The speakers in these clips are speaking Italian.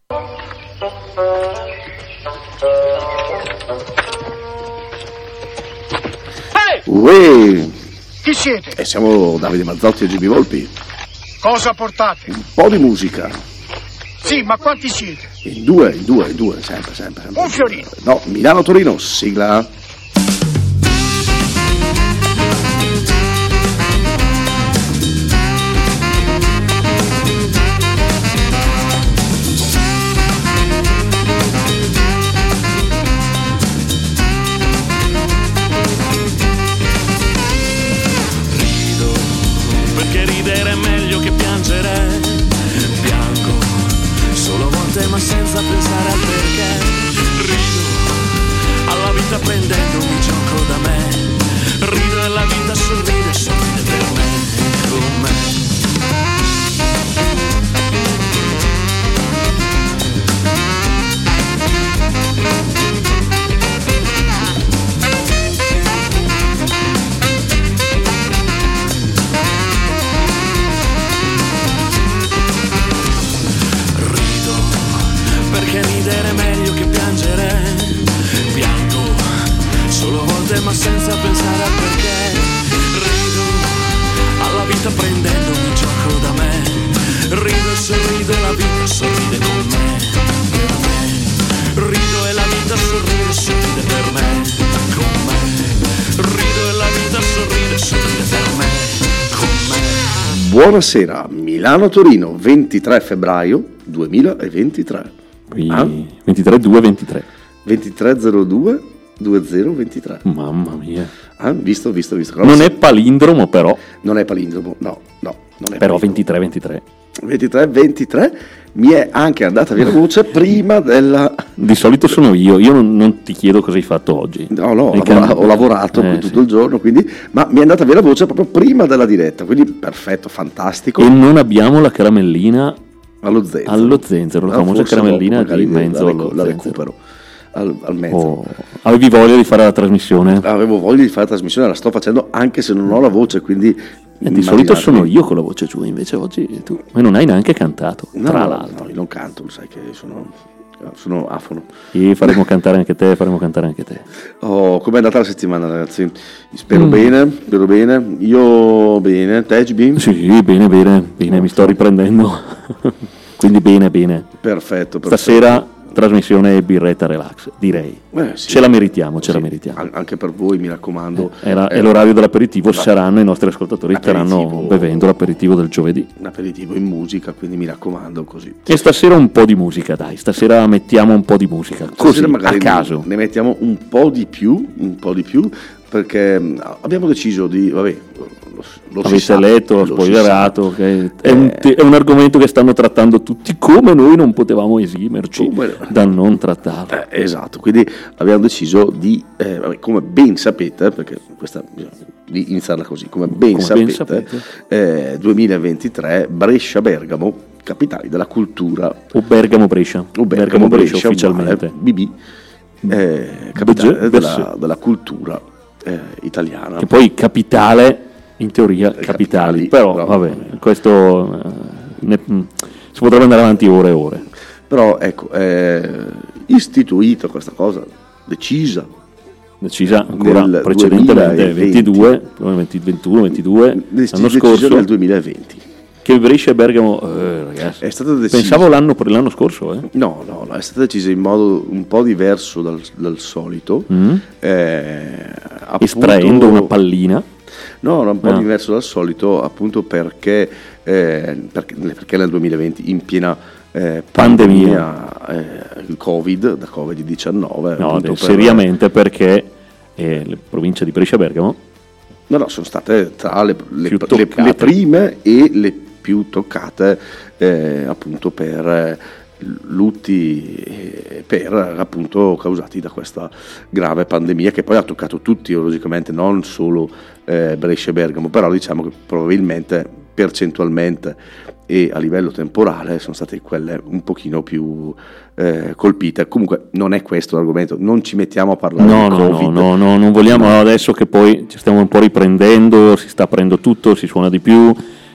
Uè! Chi siete? E siamo Davide Mazzotti e Gibi Volpi. Cosa portate? Un po' di musica. Sì, ma quanti siete? In due, sempre. Un fiorino. No, Milano-Torino, sigla. Ma senza pensare al perché rido alla vita prendendomi gioco da me, rido e la vita sorride per me, con me. Perché ridere è meglio che piangere. Piango solo volte ma senza pensare al perché. Rido alla vita prendendomi gioco da me. Rido e sorrido e la vita sorride con me, per me. Rido e la vita sorride per me, con me. Rido e la vita sorride per me, con me. Buonasera, Milano-Torino, 23 febbraio 2023. 23-2-23 2302 2023. Mamma mia. Visto. Non è palindromo però. Non è palindromo, no, non è però palindromo. 23-23 mi è anche andata via la voce prima della... Di solito sono io non ti chiedo cosa hai fatto oggi. No, ho lavorato tutto il giorno, quindi, ma mi è andata via la voce proprio prima della diretta, quindi perfetto, fantastico. E non abbiamo la caramellina allo zenzero, la famosa caramellina di mezzo la recupero al mezzo. Avevi voglia di fare la trasmissione? Avevo voglia di fare la trasmissione, la sto facendo anche se non ho la voce, quindi di solito sono io con la voce giù, invece oggi tu non hai neanche cantato, tra l'altro. No, io non canto, lo sai che sono afono. E faremo cantare anche te. Com'è andata la settimana, ragazzi? Spero bene. Io bene, te GB? Sì, bene, mi sto riprendendo. Quindi bene. Perfetto. Stasera trasmissione birretta relax, direi. Sì. Ce la meritiamo. Anche per voi, mi raccomando. È l'orario dell'aperitivo, saranno i nostri ascoltatori staranno bevendo l'aperitivo del giovedì. Un aperitivo in musica, quindi mi raccomando così. E stasera un po' di musica, dai, stasera mettiamo un po' di musica, così, magari a caso. Ne mettiamo un po' di più, perché abbiamo deciso di, avete letto, l'ho spoilerato, che è un argomento che stanno trattando tutti, come noi non potevamo esimerci da non trattarlo. Esatto, quindi abbiamo deciso di, come ben sapete, perché questa di iniziarla così, come ben sapete. 2023 Brescia-Bergamo, capitali della cultura. O Bergamo-Brescia ufficialmente. BB, capitale della cultura italiana. Che poi capitale, in teoria capitali, però va bene, questo si potrebbe andare avanti ore e ore. Però ecco, istituita questa cosa, decisa ancora precedentemente 21-22 l'anno scorso, nel 2020, che Brescia e Bergamo ragazzi, è stata decisa, pensavo l'anno scorso no, è stata decisa in modo un po' diverso dal solito, estraendo una pallina. No, era un po' diverso dal solito, appunto perché nel 2020, in piena pandemia, il Covid, da Covid-19. No, seriamente, perché le province di Brescia e Bergamo sono state tra le prime e le più toccate, appunto per lutti appunto causati da questa grave pandemia, che poi ha toccato tutti, logicamente non solo Brescia e Bergamo, però diciamo che probabilmente percentualmente e a livello temporale sono state quelle un pochino più colpite. Comunque non è questo l'argomento, non ci mettiamo a parlare di Covid. No, non vogliamo adesso, che poi ci stiamo un po' riprendendo, si sta aprendo tutto, si suona di più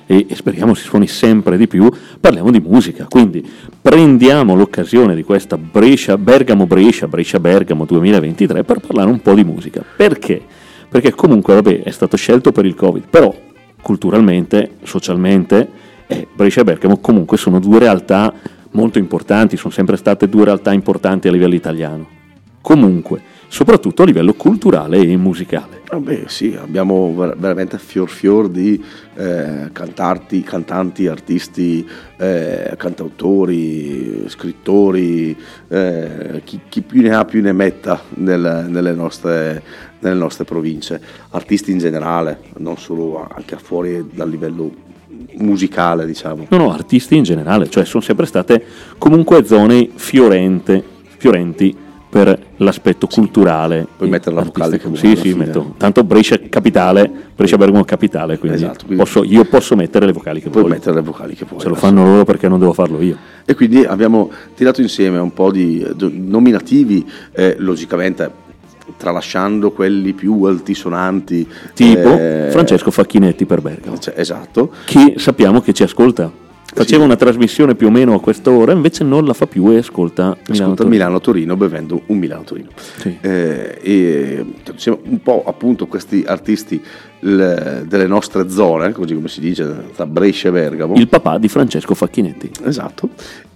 e speriamo si suoni sempre di più, parliamo di musica. Quindi prendiamo l'occasione di questa Bergamo 2023 per parlare un po' di musica. Perché? Perché comunque vabbè, è stato scelto per il Covid, però culturalmente, socialmente, Brescia e Bergamo comunque sono due realtà molto importanti, sono sempre state due realtà importanti a livello italiano, comunque, soprattutto a livello culturale e musicale. Sì, abbiamo veramente fior di cantanti, artisti, cantautori, scrittori, chi più ne ha più ne metta nelle nostre province, artisti in generale, non solo, anche fuori dal livello musicale, diciamo. No, artisti in generale, cioè sono sempre state comunque zone fiorenti per l'aspetto culturale. Puoi mettere la vocale che vuoi. Sì, metto. Tanto Brescia capitale, Brescia Bergamo capitale, quindi, esatto, quindi io posso mettere le vocali che puoi voglio. mettere le vocali che puoi. Se lo fanno loro, perché non devo farlo io. E quindi abbiamo tirato insieme un po' di nominativi, logicamente tralasciando quelli più altisonanti, tipo Francesco Facchinetti per Bergamo, esatto, che sappiamo che ci ascolta. Faceva una trasmissione più o meno a quest'ora, invece non la fa più e ascolta Milano-Torino bevendo un Milano-Torino. Sì. E un po' appunto questi artisti delle nostre zone, così come si dice, tra Brescia e Bergamo. Il papà di Francesco Facchinetti. Esatto.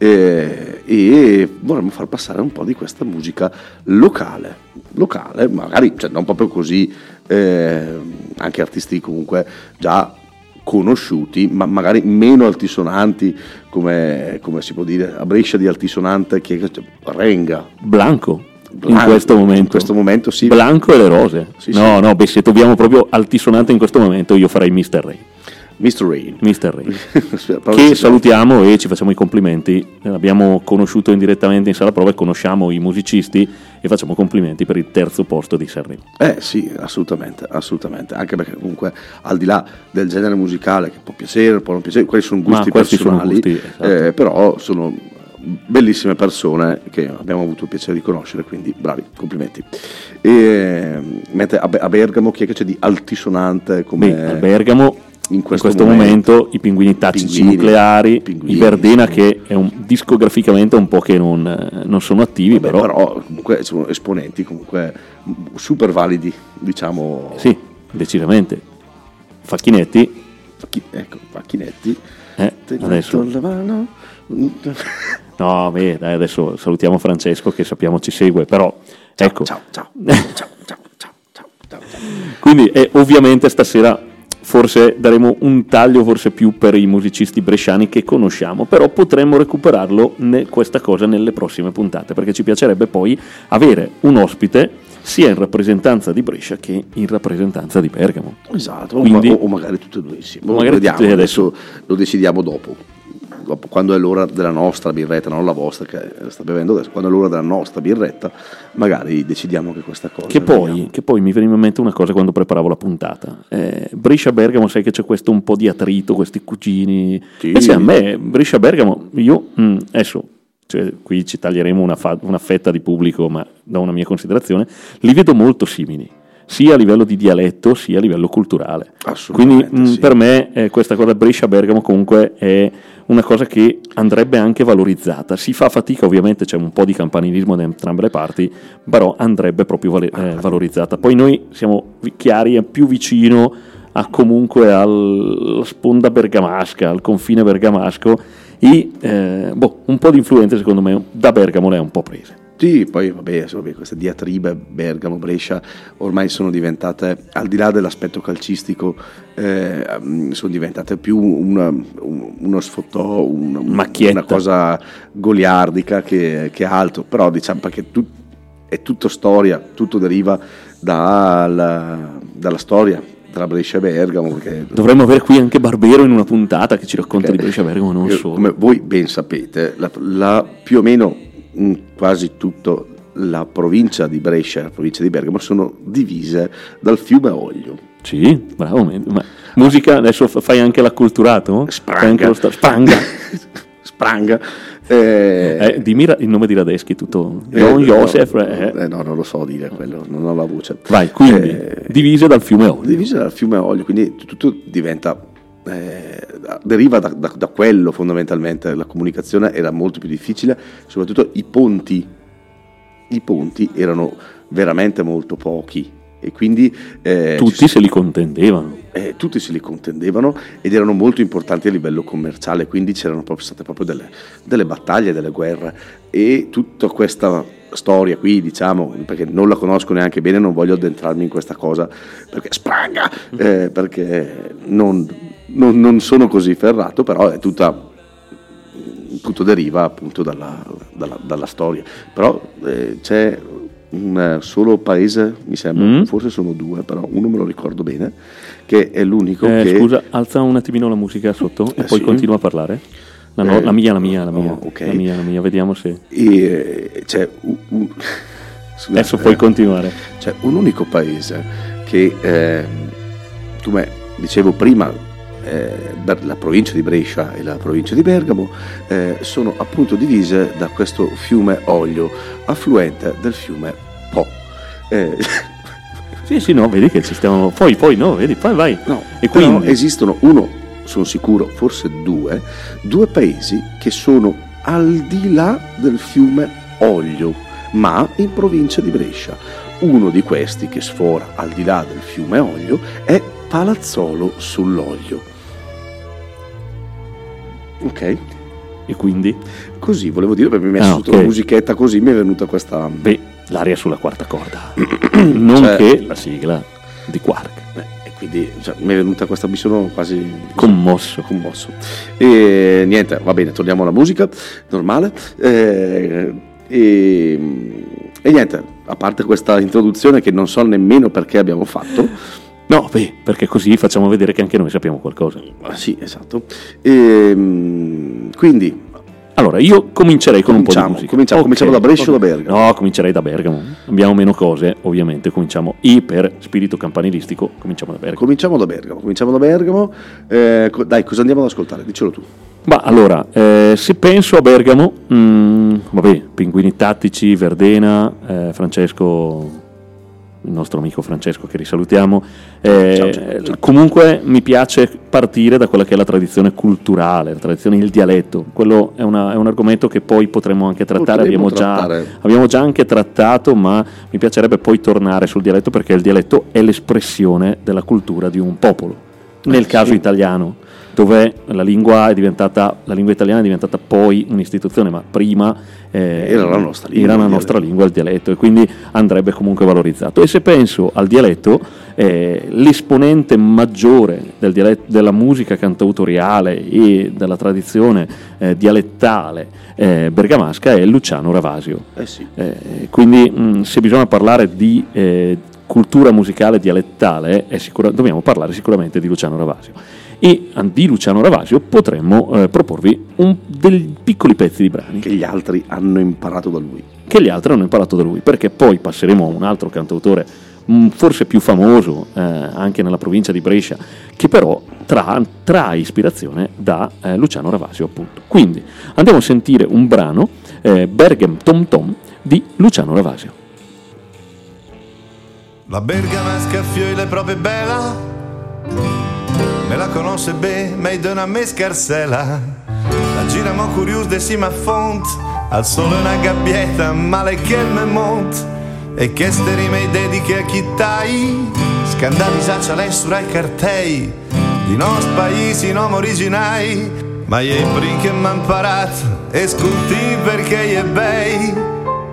E vorremmo far passare un po' di questa musica locale, magari, cioè non proprio così, anche artisti comunque già conosciuti, ma magari meno altisonanti, come si può dire a Brescia di altisonante, che Renga, Blanco in questo momento sì. Blanco e le rose. Sì, no, se troviamo proprio altisonante in questo momento, io farei Mr. Rain. Che salutiamo e ci facciamo i complimenti. L'abbiamo conosciuto indirettamente in sala prova e conosciamo i musicisti e facciamo complimenti per il terzo posto di Sanremo. Sì, assolutamente, anche perché comunque al di là del genere musicale, che può piacere, può non piacere, quelli sono gusti personali, esatto. Però sono bellissime persone che abbiamo avuto il piacere di conoscere, quindi bravi, complimenti. Mentre a Bergamo chi è che c'è di altisonante come a Bergamo? In questo momento i Pinguini Tattici Nucleari, i Verdena, che è discograficamente un po' che non sono attivi, però comunque sono esponenti comunque super validi, diciamo. Sì, decisamente. Facchinetti. Adesso. No, dai, adesso salutiamo Francesco che sappiamo ci segue, però ecco. Ciao. Quindi ovviamente stasera forse daremo un taglio forse più per i musicisti bresciani che conosciamo, però potremmo recuperarlo questa cosa nelle prossime puntate, perché ci piacerebbe poi avere un ospite sia in rappresentanza di Brescia che in rappresentanza di Bergamo. Esatto, quindi, o magari tutte e due insieme. Vediamo, adesso lo decidiamo dopo, quando è l'ora della nostra birretta, non la vostra che sta bevendo adesso, quando è l'ora della nostra birretta magari decidiamo che questa cosa che poi mi veniva in mente una cosa quando preparavo la puntata. Brescia-Bergamo, sai che c'è questo un po' di attrito, questi cugini, sì. Invece a me Brescia-Bergamo, io adesso, cioè, qui ci taglieremo una fetta di pubblico, ma da una mia considerazione li vedo molto simili, sia a livello di dialetto sia a livello culturale. Quindi sì. Per me questa cosa Brescia-Bergamo comunque è una cosa che andrebbe anche valorizzata. Si fa fatica, ovviamente c'è un po' di campanilismo da entrambe le parti, però andrebbe proprio valorizzata. Poi noi siamo chiari, è più vicino comunque alla sponda bergamasca, al confine bergamasco, e un po' di influenze secondo me da Bergamo le ha un po' prese. Sì, poi vabbè, queste diatribe Bergamo-Brescia ormai sono diventate, al di là dell'aspetto calcistico, sono diventate più uno sfottò, una cosa goliardica che altro, però diciamo perché è tutto storia, tutto deriva dalla storia tra Brescia e Bergamo. Perché dovremmo avere qui anche Barbero in una puntata che ci racconta di Brescia e Bergamo, non solo. Come voi ben sapete, più o meno quasi tutta la provincia di Brescia e la provincia di Bergamo sono divise dal fiume Oglio. Sì, bravo. Ma musica, adesso fai anche l'acculturato? Spranga. Dimmi il nome di Radeschi, tutto. Don Joseph. No, non lo so dire quello, non ho la voce. Vai, quindi divise dal fiume Oglio. Divise dal fiume Oglio, quindi tutto diventa deriva da quello fondamentalmente. La comunicazione era molto più difficile, soprattutto i ponti erano veramente molto pochi e quindi tutti se li contendevano. Tutti se li contendevano ed erano molto importanti a livello commerciale, quindi c'erano state proprio delle battaglie, delle guerre, e tutta questa storia qui, diciamo, perché non la conosco neanche bene, non voglio addentrarmi in questa cosa perché spranga, perché non sono così ferrato, però è tutto deriva appunto dalla storia. Però c'è un solo paese, mi sembra, forse sono due, però uno me lo ricordo bene, che è l'unico che... Scusa, alza un attimino la musica sotto e poi continua a parlare. La mia, okay. la mia, vediamo se... c'è adesso puoi continuare. C'è un unico paese che, come dicevo prima, la provincia di Brescia e la provincia di Bergamo sono appunto divise da questo fiume Oglio, affluente del fiume Po. Sì, no, vedi che ci stiamo... Poi no, vedi, poi vai. No, e quindi esistono sono sicuro, forse due paesi che sono al di là del fiume Oglio, ma in provincia di Brescia. Uno di questi che sfora al di là del fiume Oglio è Palazzolo sull'Oglio. Ok? E quindi? Così, volevo dire, perché mi hai messo tutta la musichetta, così mi è venuta questa... Beh, l'aria sulla quarta corda. Nonché la sigla di Quark. E quindi mi è venuta questa, mi sono quasi... Commosso. E niente, va bene, torniamo alla musica normale. E niente, a parte questa introduzione che non so nemmeno perché abbiamo fatto... No, perché così facciamo vedere che anche noi sappiamo qualcosa. Sì, esatto. Quindi... Allora, io comincerei con un po' di musica. Cominciamo da Brescia o da Bergamo? No, comincerei da Bergamo. Abbiamo meno cose, ovviamente. Cominciamo, per spirito campanilistico, cominciamo da Bergamo. Dai, cosa andiamo ad ascoltare? Dicelo tu. Allora, se penso a Bergamo, Pinguini Tattici, Verdena, Francesco... il nostro amico Francesco che risalutiamo. Ciao. Comunque mi piace partire da quella che è la tradizione culturale, la tradizione, il dialetto. Quello è un argomento che poi potremo anche trattare, abbiamo già anche trattato, ma mi piacerebbe poi tornare sul dialetto, perché il dialetto è l'espressione della cultura di un popolo. Nel caso italiano, dove la lingua italiana è diventata poi un'istituzione, ma prima era la nostra lingua, il dialetto, e quindi andrebbe comunque valorizzato. E se penso al dialetto, l'esponente maggiore del dialetto, della musica cantautoriale e della tradizione dialettale bergamasca è Luciano Ravasio. Quindi se bisogna parlare di cultura musicale dialettale dobbiamo parlare sicuramente di Luciano Ravasio. E di Luciano Ravasio potremmo proporvi dei piccoli pezzi di brani che gli altri hanno imparato da lui, perché poi passeremo a un altro cantautore forse più famoso anche nella provincia di Brescia, che però trae ispirazione da Luciano Ravasio, appunto. Quindi andiamo a sentire un brano, Bergam Tom Tom, di Luciano Ravasio. La bergamasca fioile proprio bella, me la conosce bene, ma dona a me scarsela. La giramo curios de sima font, al sole una gabbietta, male che me mont. E che ste rime dediche a chi tai, scandali saccia lei surai cartei, di nostro paese in nome originai, ma è prin che m'ha imparato, e sculti perché è bei.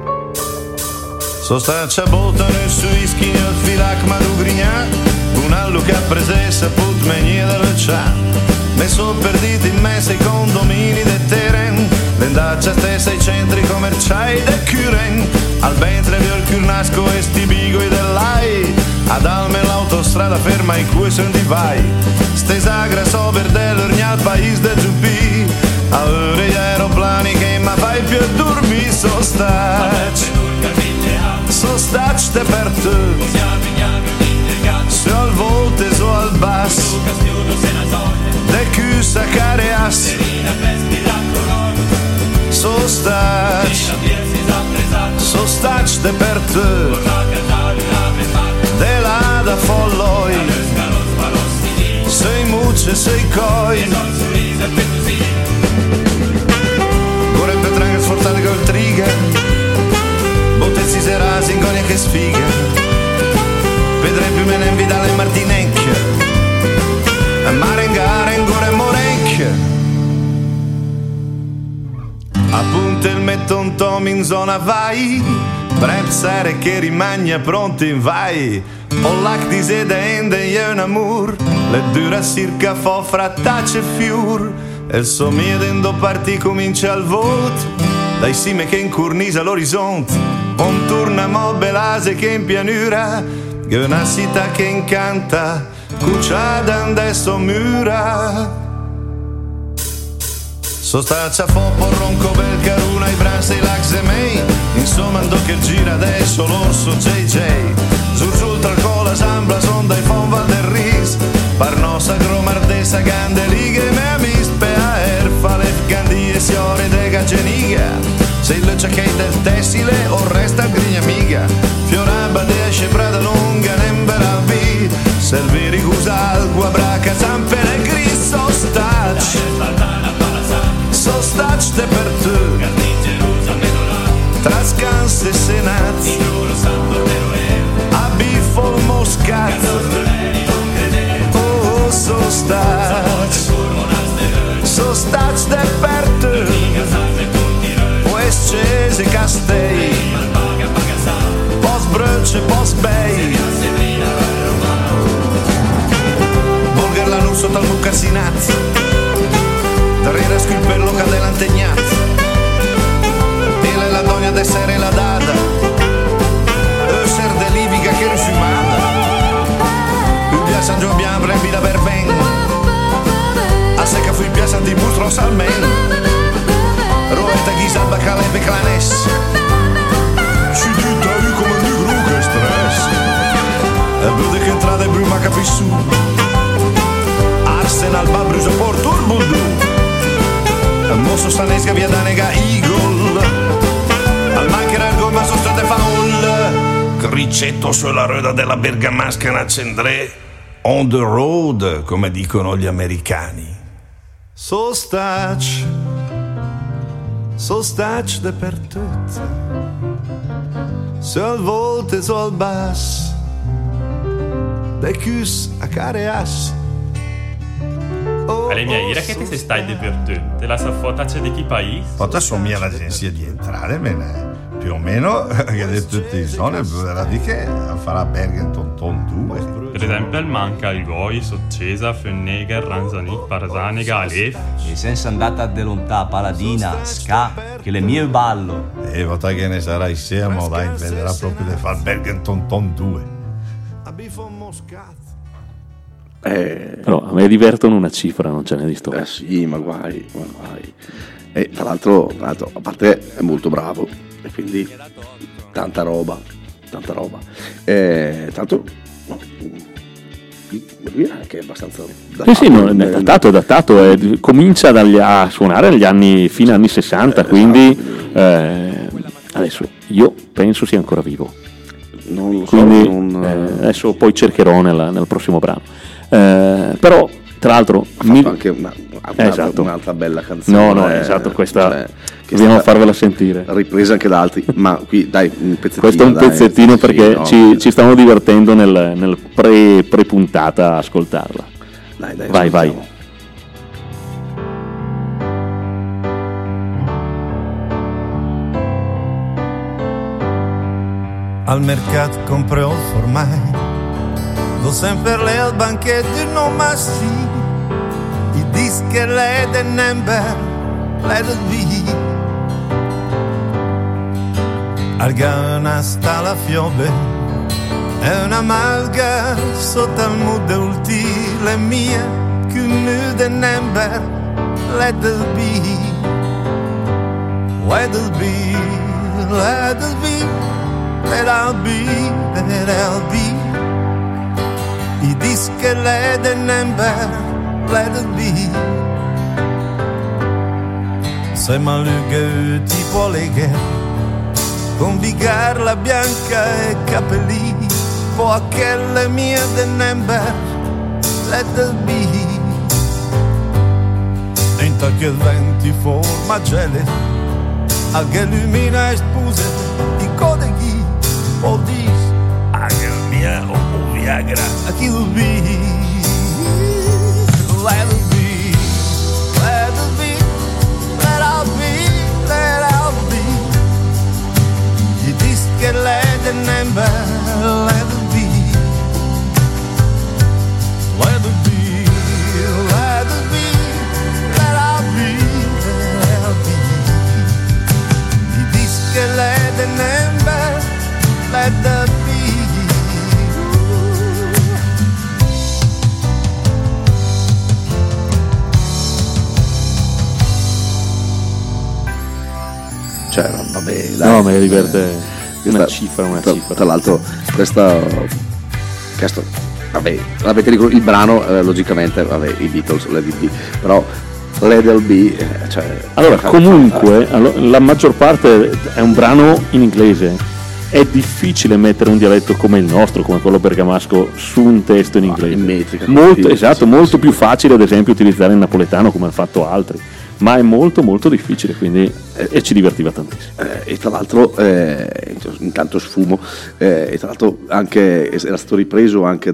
Sostanza bottano sui schini al filac ma du grigna, un allo che ha presessa put menie del cia. Me so perdito in mezzo ai condomini de terren, l'endaccia stessa ai centri commerciali de Curen. Al ventre vi ho il curnasco e sti bigoi dell'AI, ad Alme l'autostrada ferma in cui se ne vai. Stesa grasso verdello ornia al paese de Giuppi, a ore gli aeroplani che ma fai più dormi so staci te per te, se al volte so al basso, de cusa careas, so staci te per te, de la da folloi, sei mucce, sei coi. Gore per tranche sforzate col trigger, bottezzi serasi in gonia che sfiga, vedrai più me ne invitale in Martinecchia, a marengare in gore morenchia. Appunto il metton tom in zona vai, brepsare che rimagna pronti in vai, o lac di sede ende io un amor, le dura circa fo frattace fiur, e il sommier dendo parti comincia al vot, dai cime che incurnisa l'orizzonte, un turno belase che in pianura, che una città che incanta, cucciada adesso mura. Sostaccia fo porronco bel caruna i branzi e l'axe mei, insomma ando che gira adesso l'orso JJ, Zurzul tra cola sambla sonda i fon Val del Ris, parnosa gromardesa candelighe me amis per fale gandie siore de gageniga, se il giacchetta del tessile o resta grigna amiga, fioramba de esce brada lunga nemberalbi, serviri gusal guabraca san pellegri sostaccia. Sostac de per te, tra scans e senat, a bifo il moscat, oh sostac, sostac de per te, pues cese castei, pos bröce, pos bei, volger la nusso tal mucassinat, darrere sculperlo cade l'antegnat, e la donna d'essere la dada, ser de libica che risumada, il via San Giobbian brembida per ben, a secca fu il via San Dimustro salmen, roetta ghisa al bacale e clanes, ci tutta io come un negro che stress, e vede che entrata e bruma capissu, Arsenal babruso por turbundu, mosso stanesca via da nega eagle, al mancherà il gomma sostrate faul, cricetto sulla ruota della bergamasca accendré, on the road come dicono gli americani. Sostac de per tutte, sol volte sol bas, de cus a careas. Allez, mia ira che te se stai divertente, la saffotace di chi paese? Poi somiglia all'agenzia di entrare, più o meno, che ha detto tutti i soldi, la di che farà Bergenton Ton 2. Per esempio, manca il Goi, Soccesa, Fenneger, Ranzani, Parzanega, Alef. E senza andata a delontà, Paladina, Ska, che le mie ballo. E vota che ne sarai siamo, dai, vedrà proprio di far Bergenton Ton 2. A bifo moscato. Però a me divertono una cifra, non ce n'è di sto. Sì, ma guai. E tra l'altro, a parte è molto bravo, e quindi tanta roba. Tanto lui è anche abbastanza datato. Sì, no, è datato, comincia a suonare negli anni, fine anni 60, quindi adesso io penso sia ancora vivo. Non lo so, quindi adesso poi cercherò nel prossimo brano. Però tra l'altro ha fatto anche un'altra bella canzone. No, esatto, questa dobbiamo farvela sentire. Ripresa anche da altri, ma qui dai un pezzettino. Questo è un pezzettino perché ci stiamo divertendo nel pre-puntata a ascoltarla. Dai, vai. Al mercato comprò formai, do sempre lei al banchetto non massi, i dischi lei del number, lei del V. Al gana sta la fiove, è una malga sotto al mude ultile mia, che un del number, lei del V. Lei del V, lei del V. Let I'll be I dischi led and number let it be. Se malughe ti può legare con bigarla bianca e capelli, può che le mie del number let it be. Entra che venti forma gele, a che illumina espuse di code chi o dis, a che mia o Viagra, a chi will be, let it be, let it be, let I'll be, let I'll be. You dis che let the number, let it be, let it be, let it be. Let the number, let the be. Cioè, vabbè, dai. No, ma mi diverte una cifra. Tra l'altro, questo, vabbè, l'avete ricordato, il brano, logicamente, vabbè, i Beatles, Let It Be, però Let It Be, cioè, allora comunque la maggior parte è un brano in inglese, è difficile mettere un dialetto come il nostro, come quello bergamasco, su un testo in inglese, in metrica, molto, esatto, molto più facile ad esempio utilizzare il napoletano come hanno fatto altri, ma è molto molto difficile, quindi e ci divertiva tantissimo. E tra l'altro intanto sfumo, e tra l'altro anche era stato ripreso anche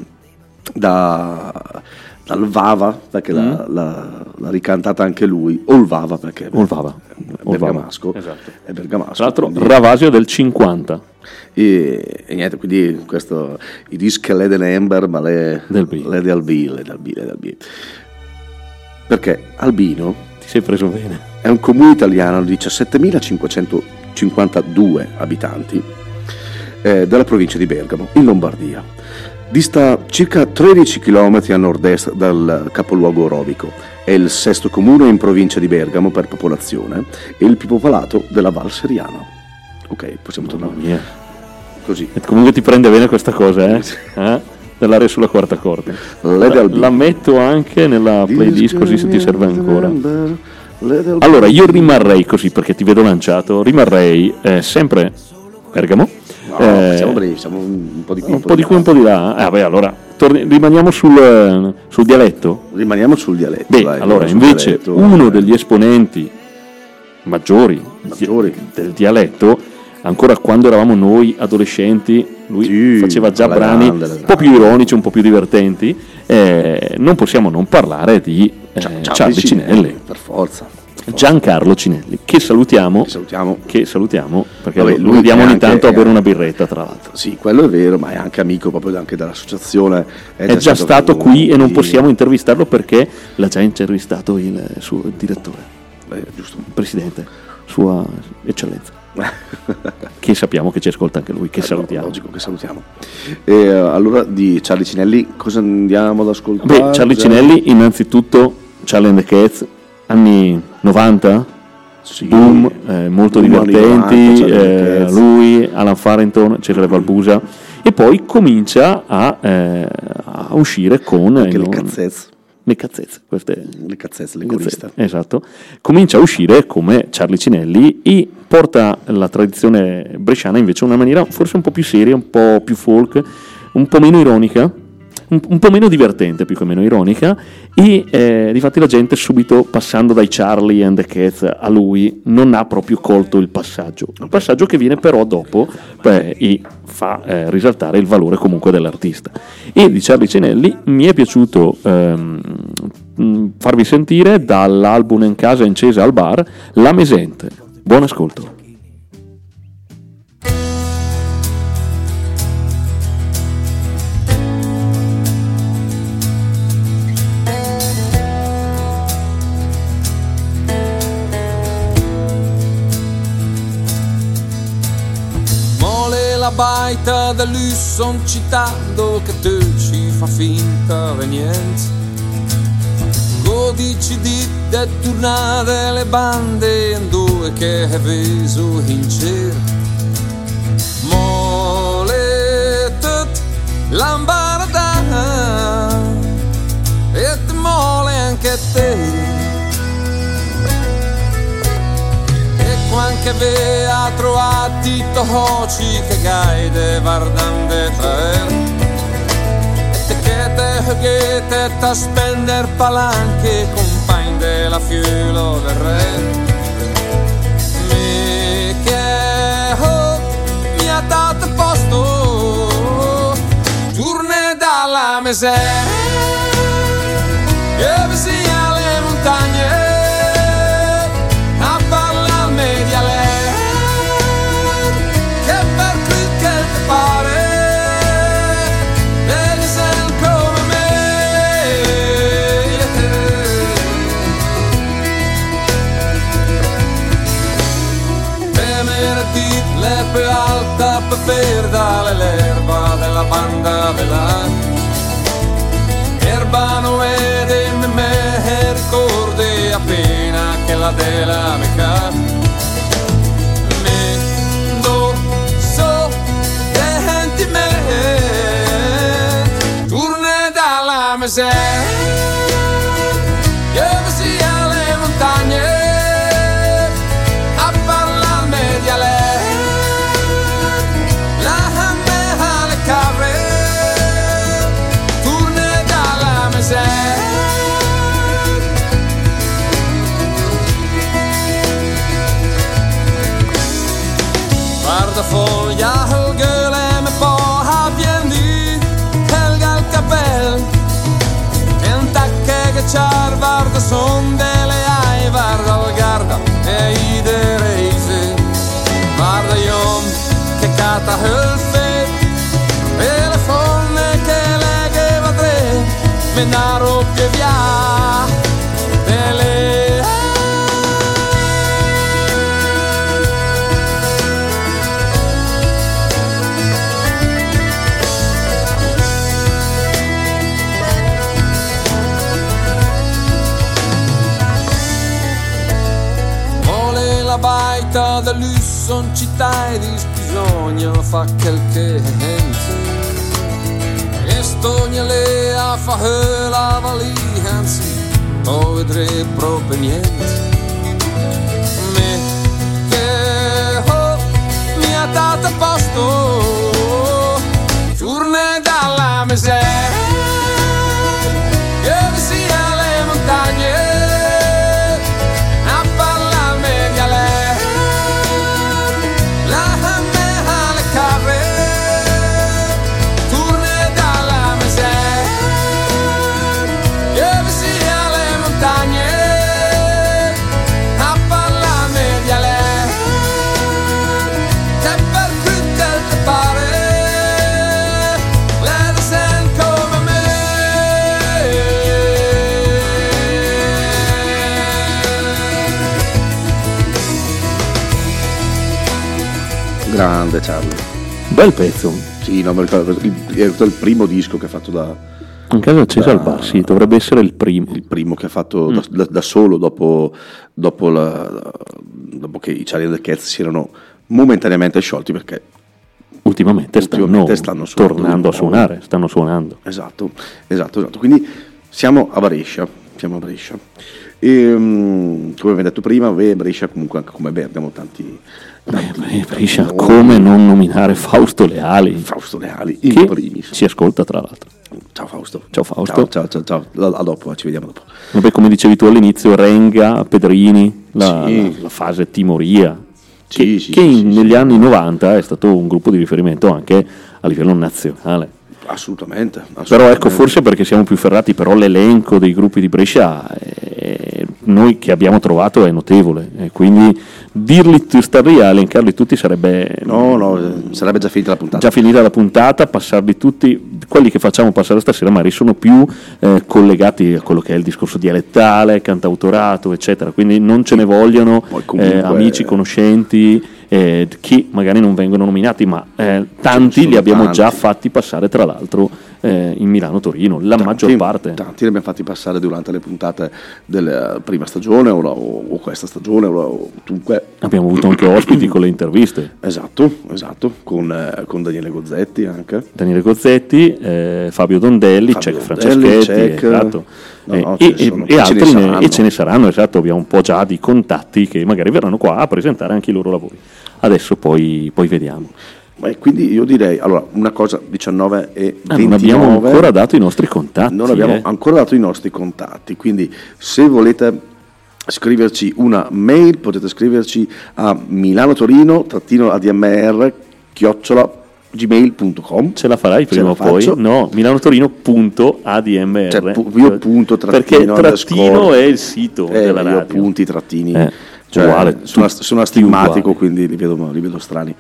dal Vava, perché l'ha ricantata anche lui, o il Vava, perché è bergamasco, esatto. È bergamasco. Tra l'altro quindi, Ravasio del 50 e niente, quindi questo i dischi Led Ember, ma Led Albi, perché Albino, ti sei preso bene, è un comune italiano di 17.552 abitanti della provincia di Bergamo, in Lombardia. Dista circa 13 km a nord-est dal capoluogo orobico. È il sesto comune in provincia di Bergamo per popolazione e il più popolato della Val Seriana. Ok, possiamo tornare così. E comunque ti prende bene questa cosa, dell'area sulla quarta corda. La metto anche nella playlist così se ti serve ancora. Allora io rimarrei così, perché ti vedo lanciato, rimarrei sempre Bergamo. Siamo brevi, siamo un po' di qui, un po' di qui, un po' di là. Allora rimaniamo sul dialetto. Rimaniamo sul dialetto. Beh, allora invece dialetto, uno degli esponenti maggiori del dialetto, ancora quando eravamo noi adolescenti, lui faceva già brani un po' più ironici, un po' più divertenti. Non possiamo non parlare di Charlie Cinelli, per forza. Giancarlo Cinelli, che salutiamo perché lo vediamo ogni tanto a bere una birretta, tra l'altro. Sì, quello è vero, ma è anche amico proprio anche dell'associazione. È già stato qui e non possiamo intervistarlo perché l'ha già intervistato il suo direttore, giusto, il presidente, sua eccellenza, che sappiamo che ci ascolta anche lui, che salutiamo. Logico che salutiamo. E allora di Charlie Cinelli cosa andiamo ad ascoltare? Beh, Charlie Cinelli, innanzitutto Charlie and the Cats, anni 90, sì, boom, molto divertenti, 90, lui, Alan Farrington, Cesare Valbusa, e poi comincia a uscire con le cazzezze, le coriste. Esatto, comincia a uscire come Charlie Cinelli e porta la tradizione bresciana invece in una maniera forse un po' più seria, un po' più folk, un po' meno ironica, un po' meno divertente più che meno ironica, e difatti la gente subito, passando dai Charlie and the Cats a lui, non ha proprio colto il passaggio che viene però dopo e fa risaltare il valore comunque dell'artista. E di Charlie Cinelli mi è piaciuto farvi sentire dall'album In casa incesa al bar La Mesente. Buon ascolto. La baita da lui son citando che tu ci fa finta di niente. Dici di tornare le bande in due che è viso in cielo. Mole tut l'ambarda e ti mole anche te. Anche aveva trovato toci che gaide guardando per e te che Siete giocate a spendere palanche, compagni della fiulo del re. Mi ha dato posto, turne dalla miseria, che vi sia le montagne, a parlarmi di lei, che per qui che ti pare, devi essere come me. Venerdì l'erba alta per perdere l'erba della banda velata. Erba non vede me ricordi appena che la della mica me non so senti me turne dalla miseria che sia le montagne a parlarmi di lei la me alle capre. Guarda foglia il gule me po' avviendi helga il capel e un tacche che c'ha guarda son delle ai guarda il garda e i de reise guarda io che cata il fe e le fonne che legeva tre me naro che via delle la baita da lusso in città e dis bisogna fa quel che entra e stogna le a fa la valianza o vedrei proprio niente me che mi ha dato posto turne dalla miseria che sia le montagne grande Charlie. Bel pezzo. Sì, no, è il primo disco che ha fatto da... In casa accesa al bar, sì, dovrebbe essere il primo. Il primo che ha fatto da solo dopo che i Charlie and the Cats si erano momentaneamente sciolti perché ultimamente stanno tornando a suonare, stanno suonando. Esatto. Quindi siamo a Brescia. E, come abbiamo detto prima, Brescia comunque anche come Bergamo tanti Brescia, come non nominare Fausto Leali in primis. Ci ascolta tra l'altro. Ciao Fausto. Ciao. A dopo, ci vediamo dopo. Vabbè, come dicevi tu all'inizio, Renga, Pedrini, la fase Timoria, che negli anni 90 è stato un gruppo di riferimento anche a livello nazionale. Assolutamente. Però ecco, forse perché siamo più ferrati, però l'elenco dei gruppi di Brescia noi che abbiamo trovato è notevole, e quindi starli a elencarli tutti sarebbe sarebbe già finita la puntata. Passarli tutti, quelli che facciamo passare stasera magari sono più collegati a quello che è il discorso dialettale, cantautorato eccetera, quindi non ce ne vogliono amici, conoscenti che magari non vengono nominati, ma tanti li abbiamo già fatti passare tra l'altro in Milano-Torino, maggior parte. Tanti li abbiamo fatti passare durante le puntate della prima stagione o questa stagione o dunque. Abbiamo avuto anche ospiti con le interviste. Esatto, con Daniele Gozzetti anche. Daniele Gozzetti, Fabio Dondelli, Cech Franceschetti, esatto. E altri ce ne saranno, esatto, abbiamo un po' già di contatti che magari verranno qua a presentare anche i loro lavori. Adesso poi vediamo. Quindi io direi, allora, una cosa, 19 e 29. Non abbiamo ancora dato i nostri contatti. Non abbiamo ancora dato i nostri contatti, quindi se volete scriverci una mail potete scriverci a milanotorino-admr@gmail.com. Ce la farai prima o poi? No, milanotorino.admr. Cioè, io punto trattino, perché trattino è il sito della radio. Io punti trattini. Cioè, uguale, sono astigmatico, quindi li vedo strani.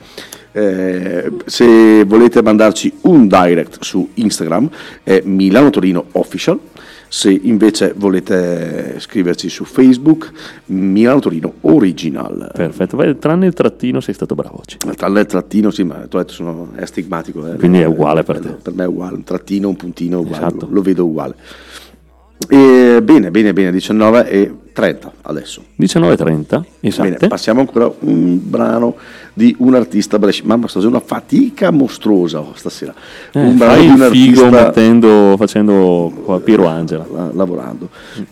Se volete mandarci un direct su Instagram è Milano Torino Official. Se invece volete scriverci su Facebook, Milano Torino Original. Perfetto, tranne il trattino sei stato bravo oggi. Tranne il trattino, sì, ma tu hai detto è astigmatico. Quindi è uguale per te. Per me è uguale, un trattino, un puntino, uguale, esatto. Lo vedo uguale. Bene, 19 e 30 adesso. 19:30, esatto. Bene, passiamo ancora un brano di un artista bresciano. Mamma, sto facendo una fatica mostruosa stasera. Un brano fai di un il figo artista facendo Piero Angela. Lavorando.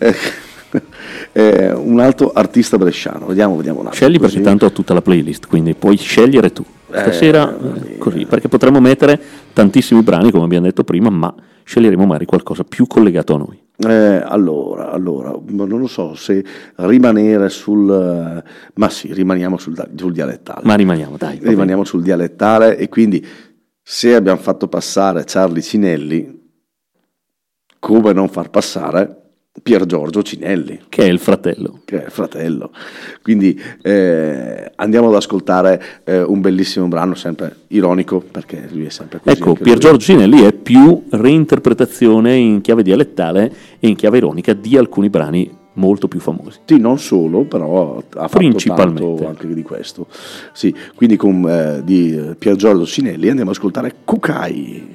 Un altro artista bresciano. Vediamo un attimo. Scegli così. Perché tanto ho tutta la playlist, quindi puoi scegliere tu. Stasera così, perché potremmo mettere tantissimi brani, come abbiamo detto prima, ma sceglieremo magari qualcosa più collegato a noi. Allora, non lo so se rimanere sul... ma sì, rimaniamo sul dialettale. Ma rimaniamo, dai. Rimaniamo sul dialettale, e quindi se abbiamo fatto passare Charlie Cinelli, come non far passare Pier Giorgio Cinelli, che è il fratello. Quindi andiamo ad ascoltare un bellissimo brano, sempre ironico, perché lui è sempre così. Ecco, Pier Giorgio Cinelli è più reinterpretazione in chiave dialettale e in chiave ironica di alcuni brani molto più famosi. Sì, non solo, però ha fatto tanto anche di questo. Sì, quindi di Pier Giorgio Cinelli andiamo ad ascoltare Cucai.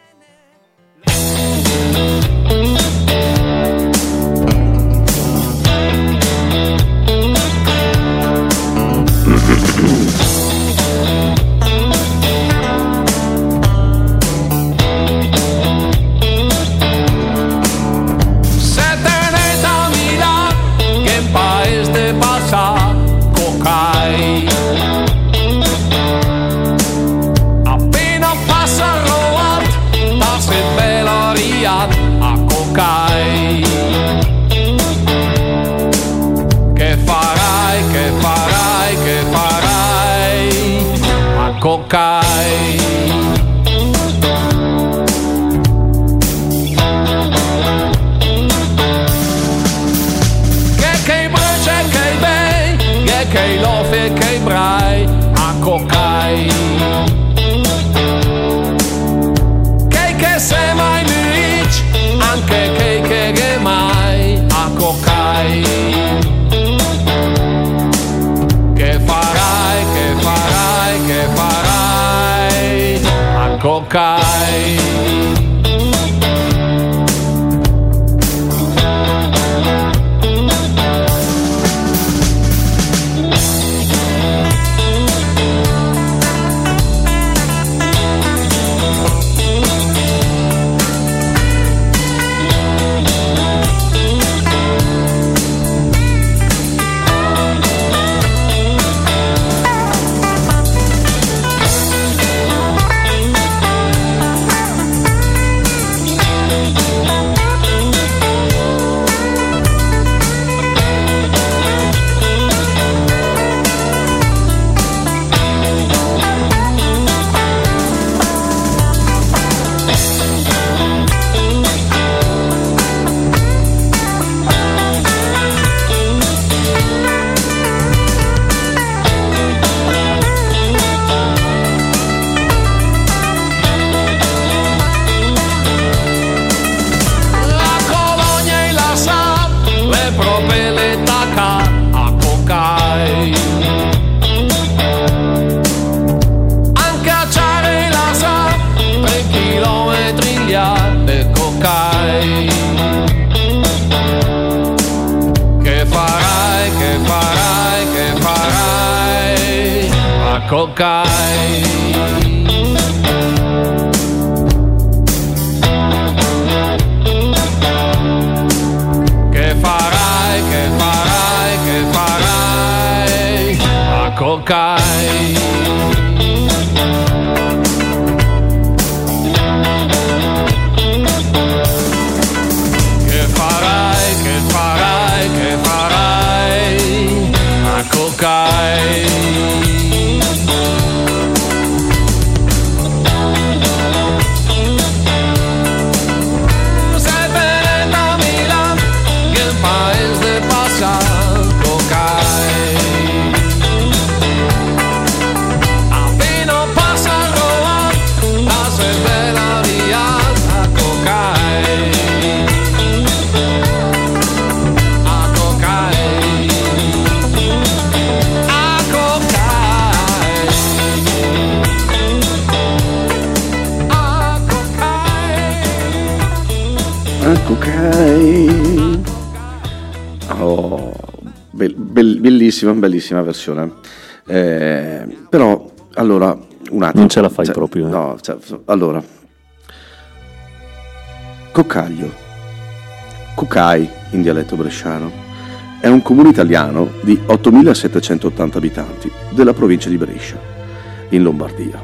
Appena passa il road, passa il belo Riyadh a Cocai. Che farai a Cocai? Che lofe, che brai a Cocai. Che se mai rich, anche che mai a Cocai. Che farai a Cocai. Cocai. Che farai a Cocai. Cucai. Oh, bellissima versione. Però, allora, un attimo. Non ce la fai proprio. No, allora. Coccaglio, Cucai in dialetto bresciano, è un comune italiano di 8.780 abitanti della provincia di Brescia, in Lombardia.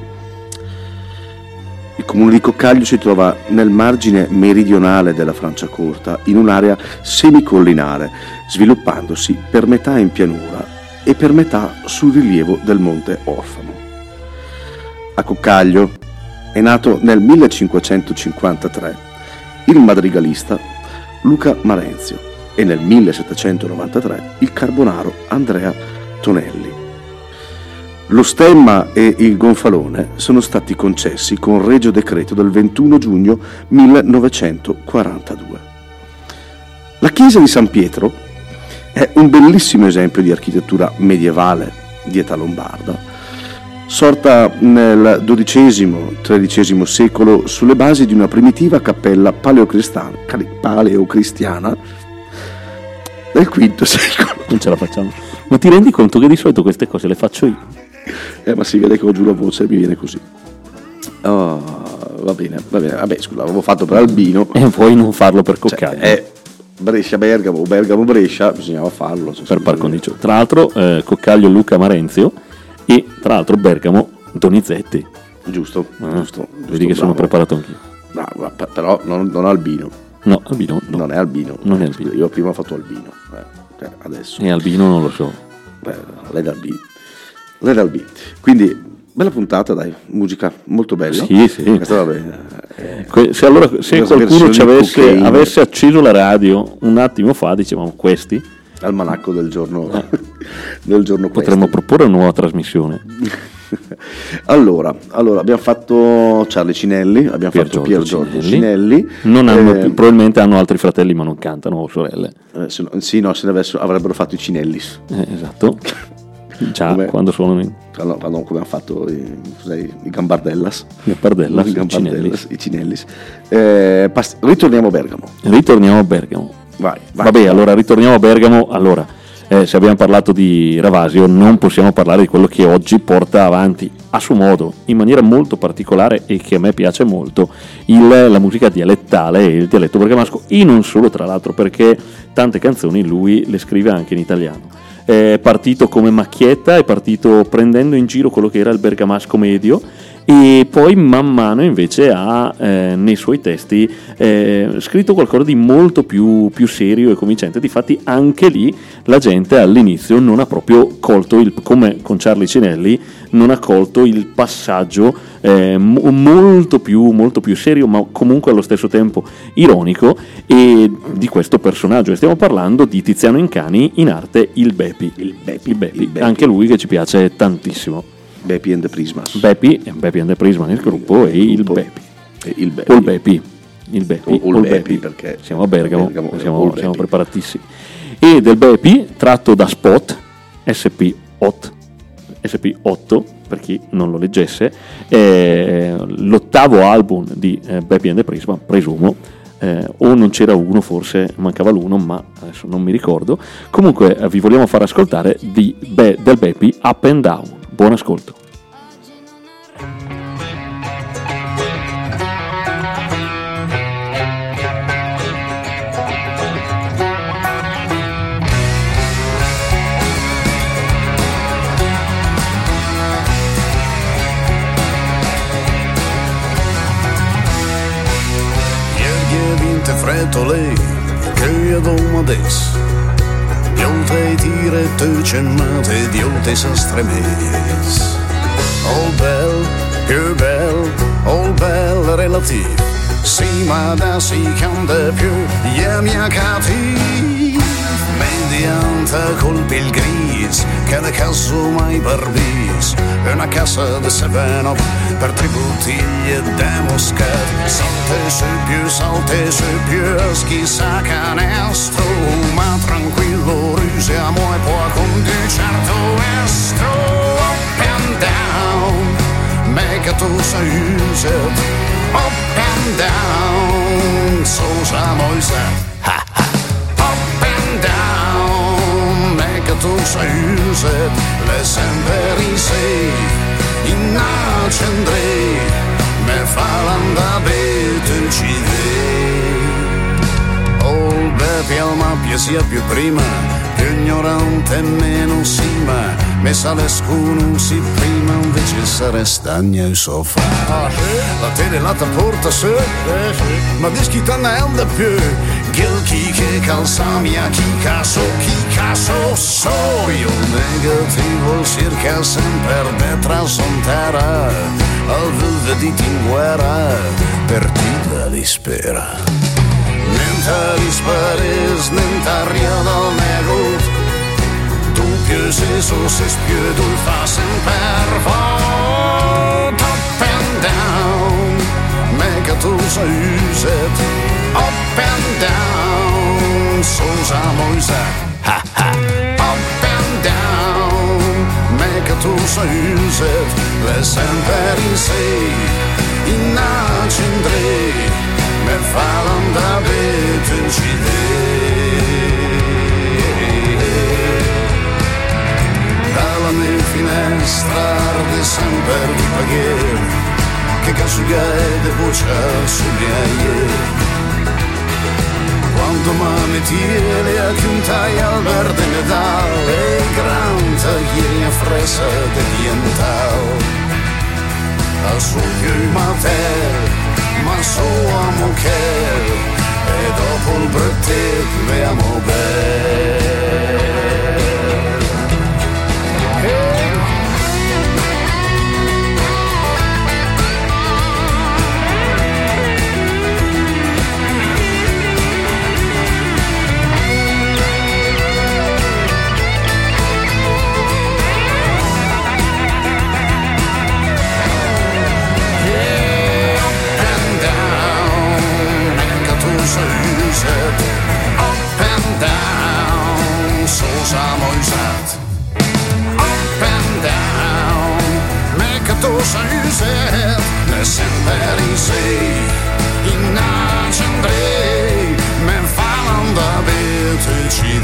Il comune di Coccaglio si trova nel margine meridionale della Franciacorta, in un'area semicollinare, sviluppandosi per metà in pianura e per metà sul rilievo del monte Orfano. A Coccaglio è nato nel 1553 il madrigalista Luca Marenzio e nel 1793 il carbonaro Andrea Tonelli. Lo stemma e il gonfalone sono stati concessi con regio decreto del 21 giugno 1942. La chiesa di San Pietro è un bellissimo esempio di architettura medievale di età lombarda, sorta nel XII-XIII secolo sulle basi di una primitiva cappella paleocristiana del V secolo. Non ce la facciamo. Ma ti rendi conto che di solito queste cose le faccio io? Ma si vede che ho giù la voce e mi viene così. Oh, va bene. Vabbè, scusa, l'avevo fatto per Albino. E puoi non farlo per Coccaglio. Brescia-Bergamo o Bergamo-Brescia, bisognava farlo. Per par condicio. Tra l'altro, Coccaglio Luca Marenzio. E tra l'altro Bergamo Donizetti. Giusto. Vedi che bravo. Sono preparato anch'io. Bravo, però non Albino. No, Albino no. Non è Albino. Non è Albino. Io prima ho fatto Albino. Adesso. E Albino non lo so. Lei dal B. Quindi bella puntata, dai, musica molto bella. Sì. Questa va bene. Se qualcuno ci avesse acceso la radio un attimo fa, dicevamo questi. Almanacco del giorno del giorno potremmo proporre una nuova trasmissione. Allora abbiamo fatto Charlie Cinelli, abbiamo fatto Pier Giorgio Cinelli. Non hanno probabilmente hanno altri fratelli, ma non cantano, o sorelle. Se avrebbero fatto i Cinellis. Esatto. Già, quando sono quando abbiamo fatto i Gambardellas, i Cinellis. Ritorniamo a Bergamo. Vai. Vabbè, allora ritorniamo a Bergamo. Allora, se abbiamo parlato di Ravasio, non possiamo parlare di quello che oggi porta avanti a suo modo, in maniera molto particolare e che a me piace molto, la musica dialettale e il dialetto bergamasco, e non solo, tra l'altro, perché tante canzoni lui le scrive anche in italiano. È partito come macchietta, è partito prendendo in giro quello che era il bergamasco medio, e poi man mano invece ha nei suoi testi scritto qualcosa di molto più serio e convincente. Difatti anche lì la gente all'inizio non ha proprio colto come con Charlie Cinelli, non ha colto il passaggio molto più serio, ma comunque allo stesso tempo ironico, e di questo personaggio. E stiamo parlando di Tiziano Incani, in arte il Bepi, anche lui che ci piace tantissimo. Bepi and the Prismas. Bepi and the Prismas nel gruppo, e il Bepi. O il Bepi, perché siamo a Bergamo, siamo preparatissimi. E del Bepi, tratto da Spot, SP8, per chi non lo leggesse, l'ottavo album di Bepi and the Prismas, presumo, o non c'era uno, forse mancava l'uno, ma adesso non mi ricordo. Comunque vi vogliamo far ascoltare del Bepi Up and Down. Buon ascolto. Freddo lei, che io domo adesso, io te tire te cennate, io te sastremes. All bel relativo, si ma da si canta più, io mi accati. Mediante colpi il gris, che le caso mai pervis, una casa di Seveno, per tre bottiglie de Moscat. Salte su più, chissà canestro, ma tranquillo, rusiamo e poi con di certo estro. Up and down, make it to use it. Up and down, so siamo usare. Up and down, mega tu sai usare, le sempre risei, in accendrei, me fa l'andare tu ci vedi. Oh, bepi al mappia sia più prima, più ignorante e meno sima, me sale scuno si prima, invece sarà stagna il sofà. La tele la ta porta su, ma dischi tanel de più, gil chi che calzamia, chi caso so, io negativo circa sempre detrás son terra, al vediti in guerra, partita li spera. Mentali spares, nentaria dal negut, tu più se so se spiù, tu fa sempre vot. Up and down, mega tu sa uset, up and down, so sa moiset, ha ha. Up and down, mega tu sa uset, le sempre in sei, in accendrei, me fa l'andare tu ci dalla mia finestra arde sempre di pagher che casugai de buccia su miei quando mi tiene a chiuntai al verde Natale e gran taglieri a fresa de diental al suo più mater ma so amo che e dopo il brutto mi amo bene. Up and down, so siamo usati. Up and down, mecca tu sei usati. Ne sempre sei, in accendrei, me fanno da bere ci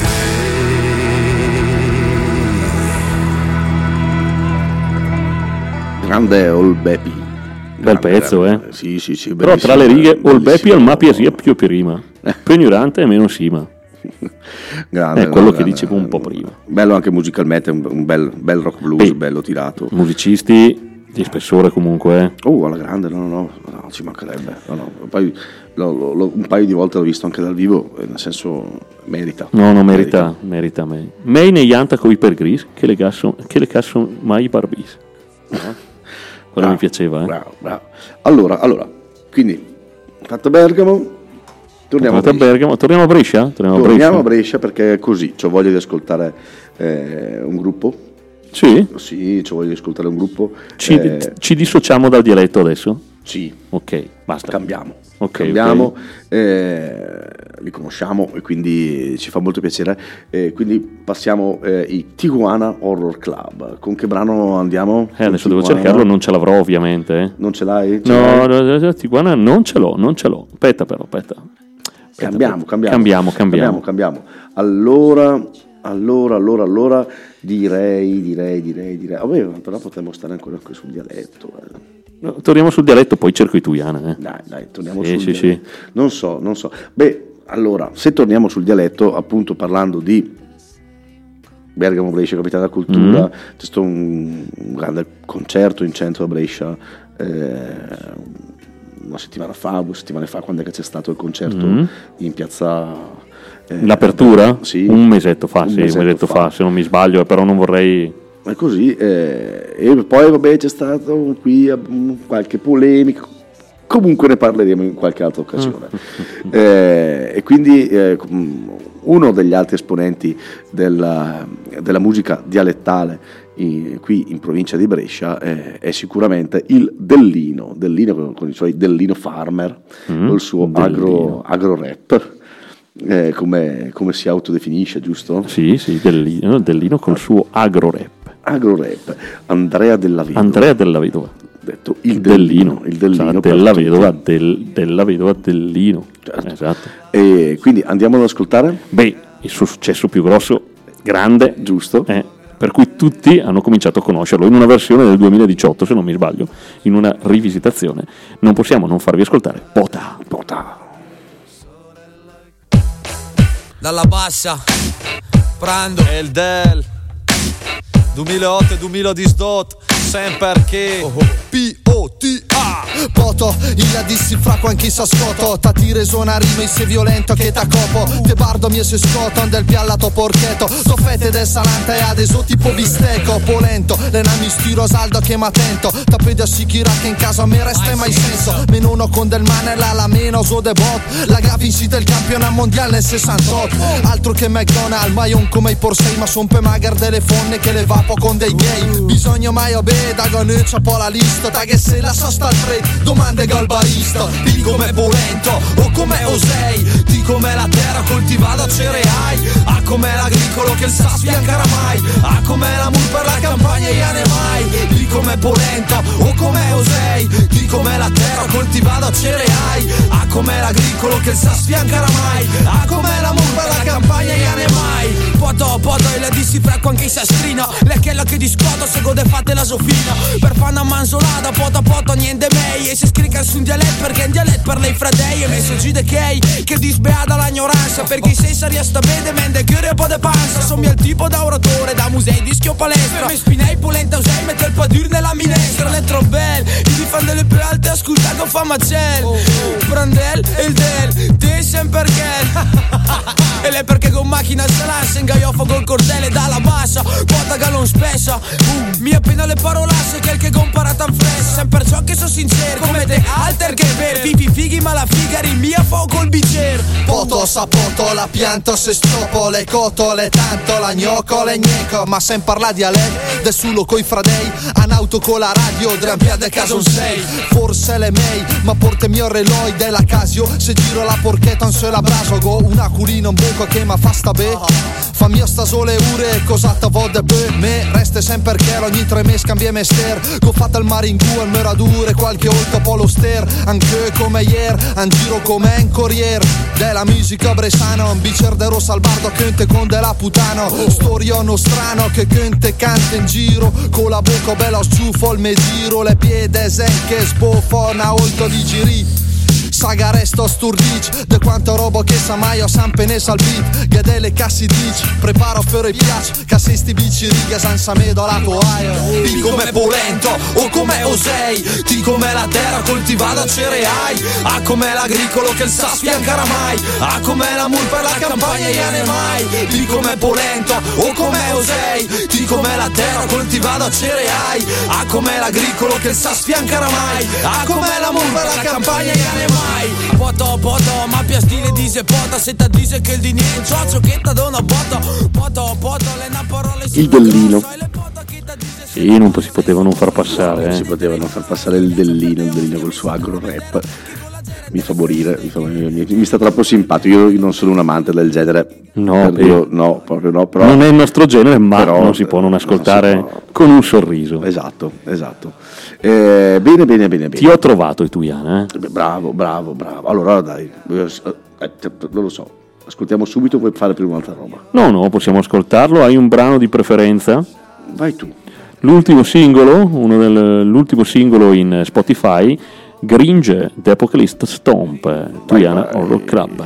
dei. Grande All Bepi. Bel pezzo, Sì, però tra le righe All Bepi al Mapia sia più prima, più ignorante e meno sima. Grande, è quello che dicevo un po' prima. Bello anche musicalmente, un bel rock blues, bello tirato. Musicisti di spessore comunque. Alla grande, no, ci mancherebbe. No. Poi un paio di volte l'ho visto anche dal vivo, nel senso merita. No, merita. Mei ne janta coi per gris, che le casso mai barbis. Quello mi piaceva. Bravo. Allora, quindi fatto Bergamo, torniamo a Brescia? Torniamo a Brescia perché così ho voglia di ascoltare un gruppo. Sì, ho voglia di ascoltare un gruppo. Ci dissociamo dal dialetto adesso? Sì. Ok, basta. Cambiamo. Li conosciamo e quindi ci fa molto piacere. Quindi passiamo i Tijuana Horror Club. Con che brano andiamo? Adesso devo cercarlo, non ce l'avrò ovviamente. Non ce l'hai? No, Tijuana non ce l'ho. Aspetta. Cambiamo. Allora direi. Però potremmo stare ancora sul dialetto. No, torniamo sul dialetto, poi cerco i Tuiana. Dai, torniamo sul dialetto. Sì. Non so. Allora, se torniamo sul dialetto, appunto parlando di Bergamo Brescia, capitale della cultura, c'è stato un grande concerto in centro a Brescia due settimane fa, quando è che c'è stato il concerto in piazza l'apertura? Sì. Un mesetto fa, se non mi sbaglio, però non vorrei. È così, e poi c'è stato qui qualche polemica, comunque ne parleremo in qualche altra occasione. E quindi uno degli altri esponenti della musica dialettale qui in provincia di Brescia è sicuramente il Dellino con i suoi Dellino Farmer, con il suo agro rap. Come si autodefinisce, giusto? Sì, Dellino col suo agro rap. Andrea Della Vedova. detto il Dellino, cioè, della vedova Dellino. Certo. Esatto. E quindi andiamo ad ascoltare? Beh, il suo successo più grosso, grande, giusto, per cui tutti hanno cominciato a conoscerlo in una versione del 2018, se non mi sbaglio, in una rivisitazione. Non possiamo non farvi ascoltare Pota. Dalla bassa prendo il del 2008 e 2018 sempre che P-O-T-A Poto, il dissi fra quanchi sa scoto Tati resona rima e sei violento che ta copo Te bardo mie se scoton del piallato porcheto Soffete del salante e adesso tipo bistecco Polento, le nami stiro saldo che m'attento Tapede a sicura che in casa me resta mai senso Meno uno con del manella la meno so de bot La Ga vincita il campionato mondiale nel 68 Altro che McDonald's, mai un come i Porsei Ma son pe magar delle fonne che le vapo con dei gay Bisogno mai obeda con c'ha po' la lista Ta che se la sosta al trade domande al barista di come Polento o come Osei di come la terra coltivata cereali a come l'agricolo che il sa sfiancarà mai a come la mul per la campagna e mai di come Polento o come Osei di come la terra coltivata cereali a come l'agricolo che il sa sfiancarà mai a come la mul per la campagna e mai Poto e le dissi fra qualche sastrina le chella che discoto se gode fate la sofina per fare una manzolata poto niente mei e si scrica su un dialetto perché in dialetto per lei fratei e messo giù de kei che disbeata l'ignoranza perché sei saria sta bene mende che un po' de panza sono il tipo da oratore da musei dischio palestra mi spinei polenta usai mette il padur nella minestra le belle i difende le più alte ascolta che fa macel prandel e il del te sempre perché e lei perché con macchina se lanza in gaiofa col cordele dalla bassa quota galon spessa mi appena le parolasse che il che compara tan fresca sempre ciò che so sincero come te alter che ver pipi fighi ma la figari mia fo col bicer poto sapoto la pianto se stopo le cotole tanto la gnocco le gneco ma sem parla dialetto de sulo coi fradei anauto con la radio drampia de caso 6 forse le mei ma porte mio reloi della Casio se giro la porchetta un sola braso go una culina un buco che ma fa sta be fa mio sta sole ure cosa ta vode be me reste sempre che ogni 3 mesi cambia mester go fatta il maringu al meradure qualche olto polo ster anche come ieri an giro come un corriere della musica bresana un bicer de rossa al bardo che con della putano storiono strano che te canta in giro con la bocca bella sciufo il me giro le piede zen che sbofona olto di giri saga resto sturdic de quanto robo che sa mai ho sempre ne sal beat che delle cassi dici preparo per i piaci cassisti bici riga senza medo la toaia di come Polento o come Osei di come la terra coltivata cereali a come l'agricolo che il sa sfiancarà mai a come la mul per la campagna e mai di come Polento o come Osei di come la terra coltivata cereali a come l'agricolo che il sa sfiancarà mai a come la mul per la campagna e mai poto ma pia stile dice pota se ta dice che il di niente cioccio che ta dona poto le na parole il Dellino sì non si poteva non far passare non si poteva non far passare il Dellino col suo agro rap mi fa morire mi sta troppo simpatico io non sono un amante del genere no proprio no però non è il nostro genere ma però, non si può non ascoltare con un sorriso esatto bene ti ho trovato Ituiana bravo allora dai non lo so ascoltiamo subito vuoi fare prima un'altra roba no possiamo ascoltarlo hai un brano di preferenza vai tu l'ultimo singolo l'ultimo singolo in Spotify Gringe, The Apocalypse Stomp, Ituiana Horror Club.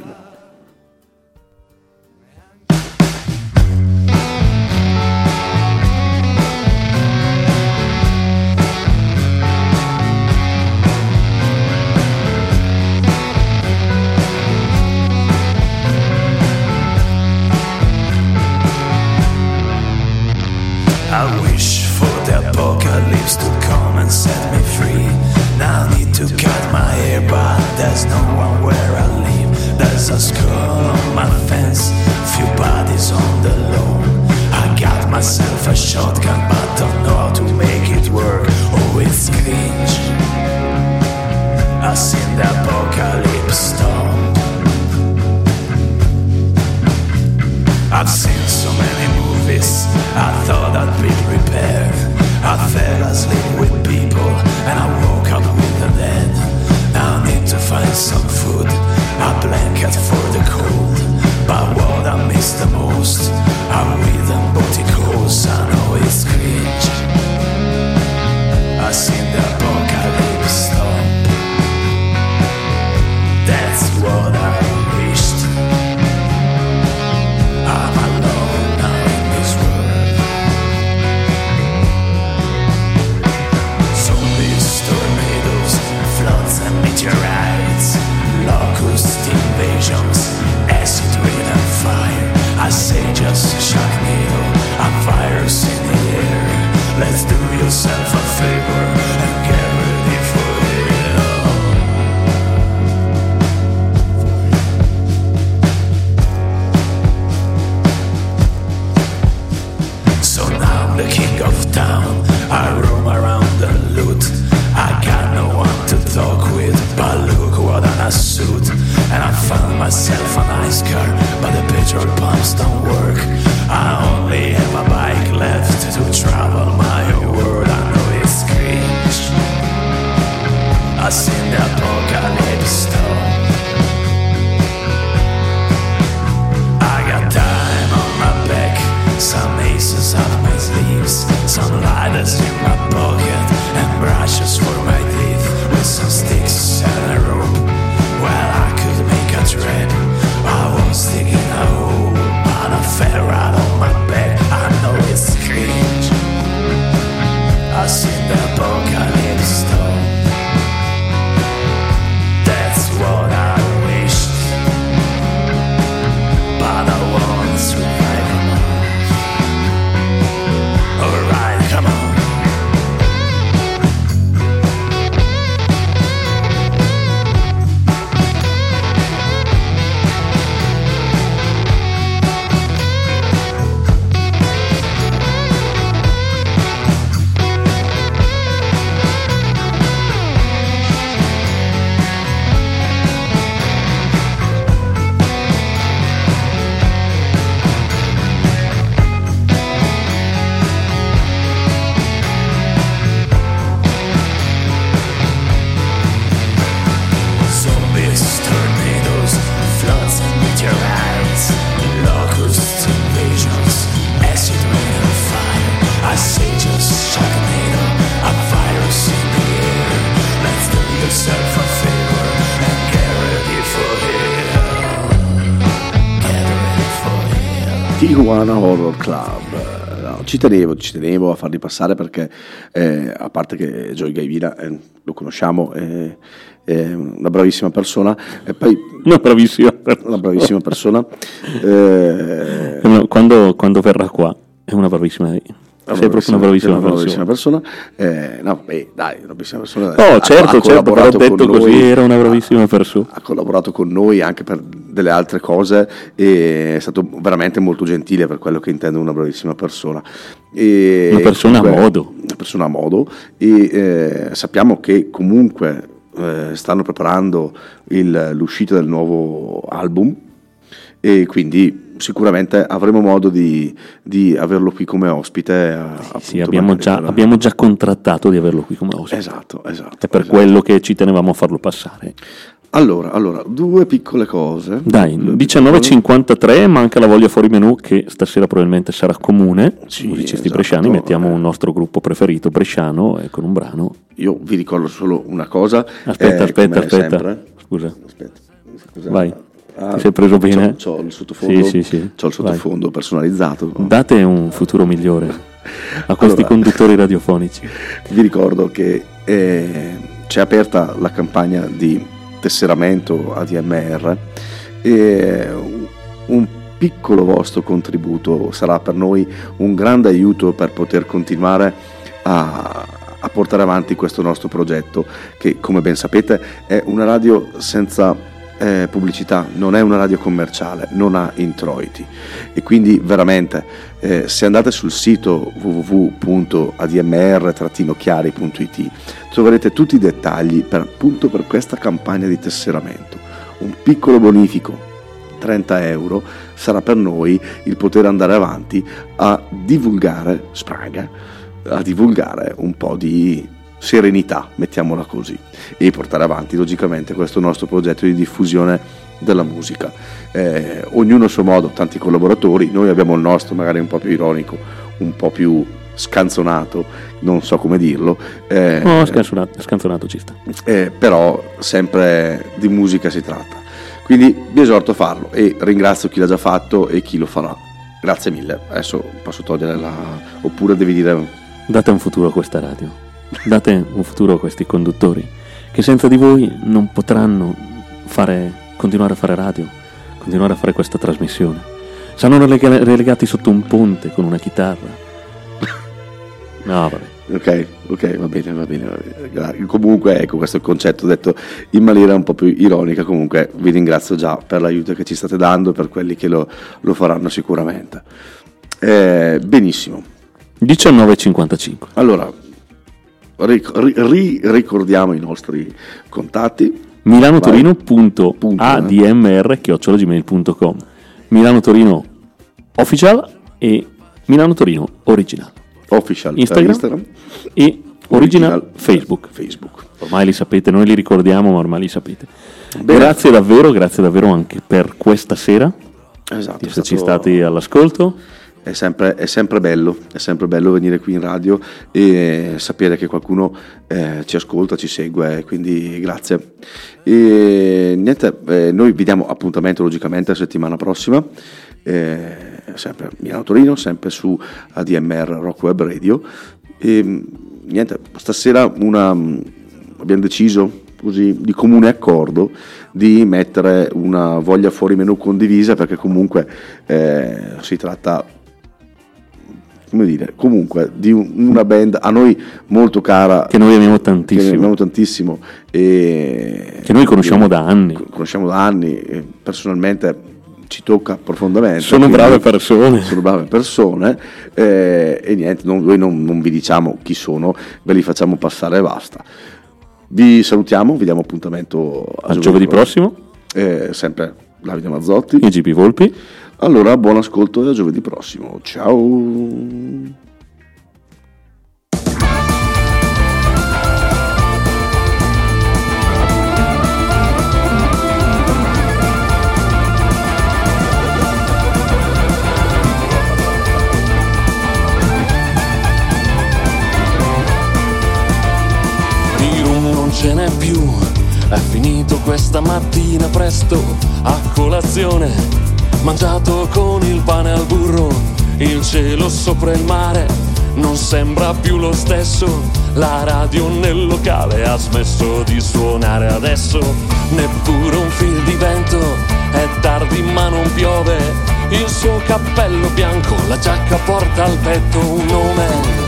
I wish for the apocalypse to come and set me free. Now I need to cut my hair, but there's no one where I live. There's a skull on my fence, few bodies on the lawn. I got myself a shotgun, but don't know how to make it work. Oh, it's cringe. I've seen the apocalypse storm. I've seen so many movies, I thought I'd be prepared. I fell asleep with people in the apocalypse storm. That's what I wished, but I won't survive. Alright, come on. Tijuana Horror Club. No, ci tenevo a farli passare perché a parte che Joey Gaivina lo conosciamo, è una bravissima persona, e poi una bravissima persona. Quando verrà qua è una bravissima. Sei proprio una bravissima persona. No, beh, dai, una bravissima persona. Certo, però detto così era una bravissima persona. Ha collaborato con noi anche per delle altre cose e è stato veramente molto gentile, per quello che intendo una bravissima persona. Una persona a modo, e sappiamo che comunque stanno preparando l'uscita del nuovo album, e quindi sicuramente avremo modo di averlo qui come ospite. Sì, abbiamo già contrattato di averlo qui come ospite. Esatto. È per quello che ci tenevamo a farlo passare. Allora, due piccole cose. Dai, 19.53, manca la voglia fuori menù, che stasera probabilmente sarà comune. Sì, musicisti bresciani, mettiamo un nostro gruppo preferito bresciano con un brano. Io vi ricordo solo una cosa. Aspetta. Scusa. Vai. Ti sei preso bene? C'ho il sottofondo, sì. C'ho il sottofondo personalizzato. Date un futuro migliore a questi conduttori radiofonici. Vi ricordo che c'è aperta la campagna di tesseramento ADMR, e un piccolo vostro contributo sarà per noi un grande aiuto per poter continuare a portare avanti questo nostro progetto, che, come ben sapete, è una radio senza pubblicità, non è una radio commerciale, non ha introiti, e quindi veramente se andate sul sito www.admr-chiari.it troverete tutti i dettagli per questa campagna di tesseramento. Un piccolo bonifico, 30 euro, sarà per noi il poter andare avanti a divulgare un po' di serenità, mettiamola così, e portare avanti logicamente questo nostro progetto di diffusione della musica, ognuno a suo modo, tanti collaboratori. Noi abbiamo il nostro, magari un po' più ironico, un po' più scanzonato, non so come dirlo, scanzonato ci sta, però sempre di musica si tratta, quindi vi esorto a farlo, e ringrazio chi l'ha già fatto e chi lo farà. Grazie mille. Adesso posso togliere oppure devi dire date un futuro a questa radio. Date un futuro a questi conduttori che senza di voi non potranno continuare a fare radio, continuare a fare questa trasmissione. Saranno relegati sotto un ponte con una chitarra. No, vabbè. Ok, va bene. Comunque, ecco, questo è il concetto detto in maniera un po' più ironica. Comunque vi ringrazio già per l'aiuto che ci state dando, per quelli che lo faranno sicuramente. Benissimo. 19.55. Allora, ricordiamo i nostri contatti. milanotorino.admr@gmail.com, Milano Torino Official e Milano Torino Original Instagram e Original Facebook. Ormai li sapete, noi li ricordiamo, ma ormai li sapete. Bene. Grazie davvero anche per questa sera. Esatto, di esserci stati all'ascolto. È sempre bello venire qui in radio e sapere che qualcuno ci ascolta, ci segue, quindi grazie. E niente, noi vi diamo appuntamento logicamente la settimana prossima, sempre Milano Torino, sempre su ADMR Rock Web Radio, e niente, stasera abbiamo deciso così di comune accordo di mettere una voglia fuori menù condivisa, perché comunque si tratta, come dire, comunque di una band a noi molto cara, che noi amiamo tantissimo, e che noi conosciamo da anni, e personalmente ci tocca profondamente. Sono brave persone e niente, noi non vi diciamo chi sono, ve li facciamo passare e basta. Vi salutiamo, vi diamo appuntamento a giovedì prossimo, sempre Davide Mazzotti e GP Volpi. Allora, buon ascolto e a giovedì prossimo. Ciao. Non ce n'è più, è finito questa mattina presto a colazione, mangiato con il pane al burro, il cielo sopra il mare non sembra più lo stesso, la radio nel locale ha smesso di suonare adesso, neppure un fil di vento, è tardi ma non piove, il suo cappello bianco, la giacca porta al petto un nome.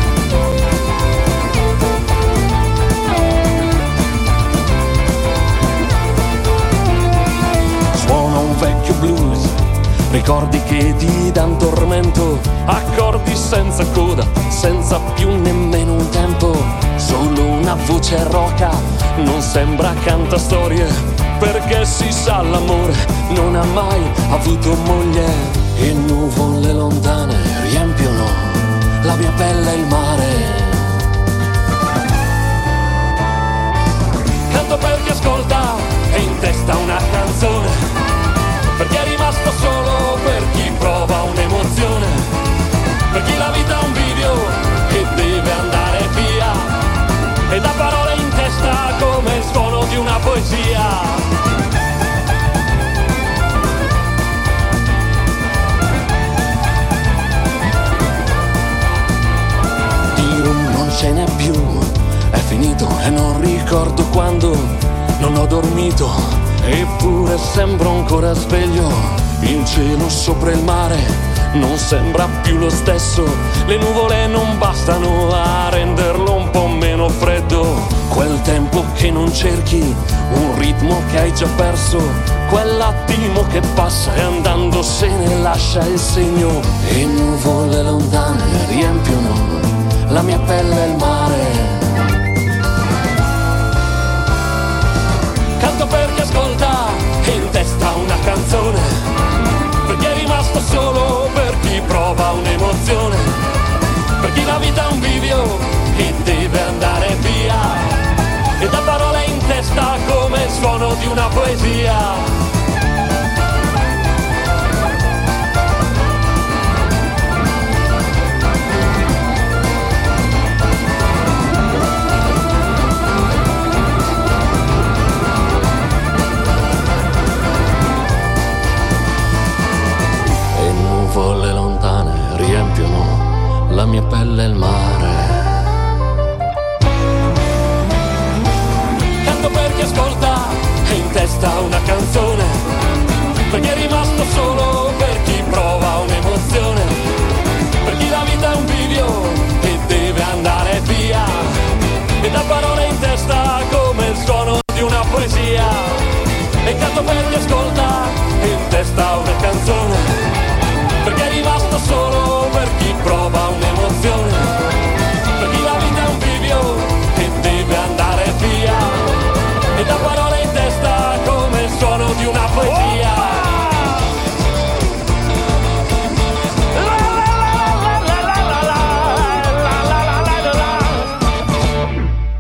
Suona un vecchio blues, ricordi che ti dan tormento, accordi senza coda, senza più nemmeno un tempo, solo una voce roca, non sembra cantastorie, perché si sa l'amore non ha mai avuto moglie, e nuvole lontane riempiono la mia pelle e il mare. Canto per chi ascolta e in testa una canzone, per chi è rimasto solo, per chi prova un'emozione, per chi la vita è un video che deve andare via, e da parole in testa come il suono di una poesia. Non ce n'è più, è finito e non ricordo quando non ho dormito, eppure sembro ancora sveglio, il cielo sopra il mare non sembra più lo stesso, le nuvole non bastano a renderlo un po' meno freddo, quel tempo che non cerchi, un ritmo che hai già perso, quell'attimo che passa e andandosene lascia il segno, e nuvole lontane riempiono la mia pelle e il mare.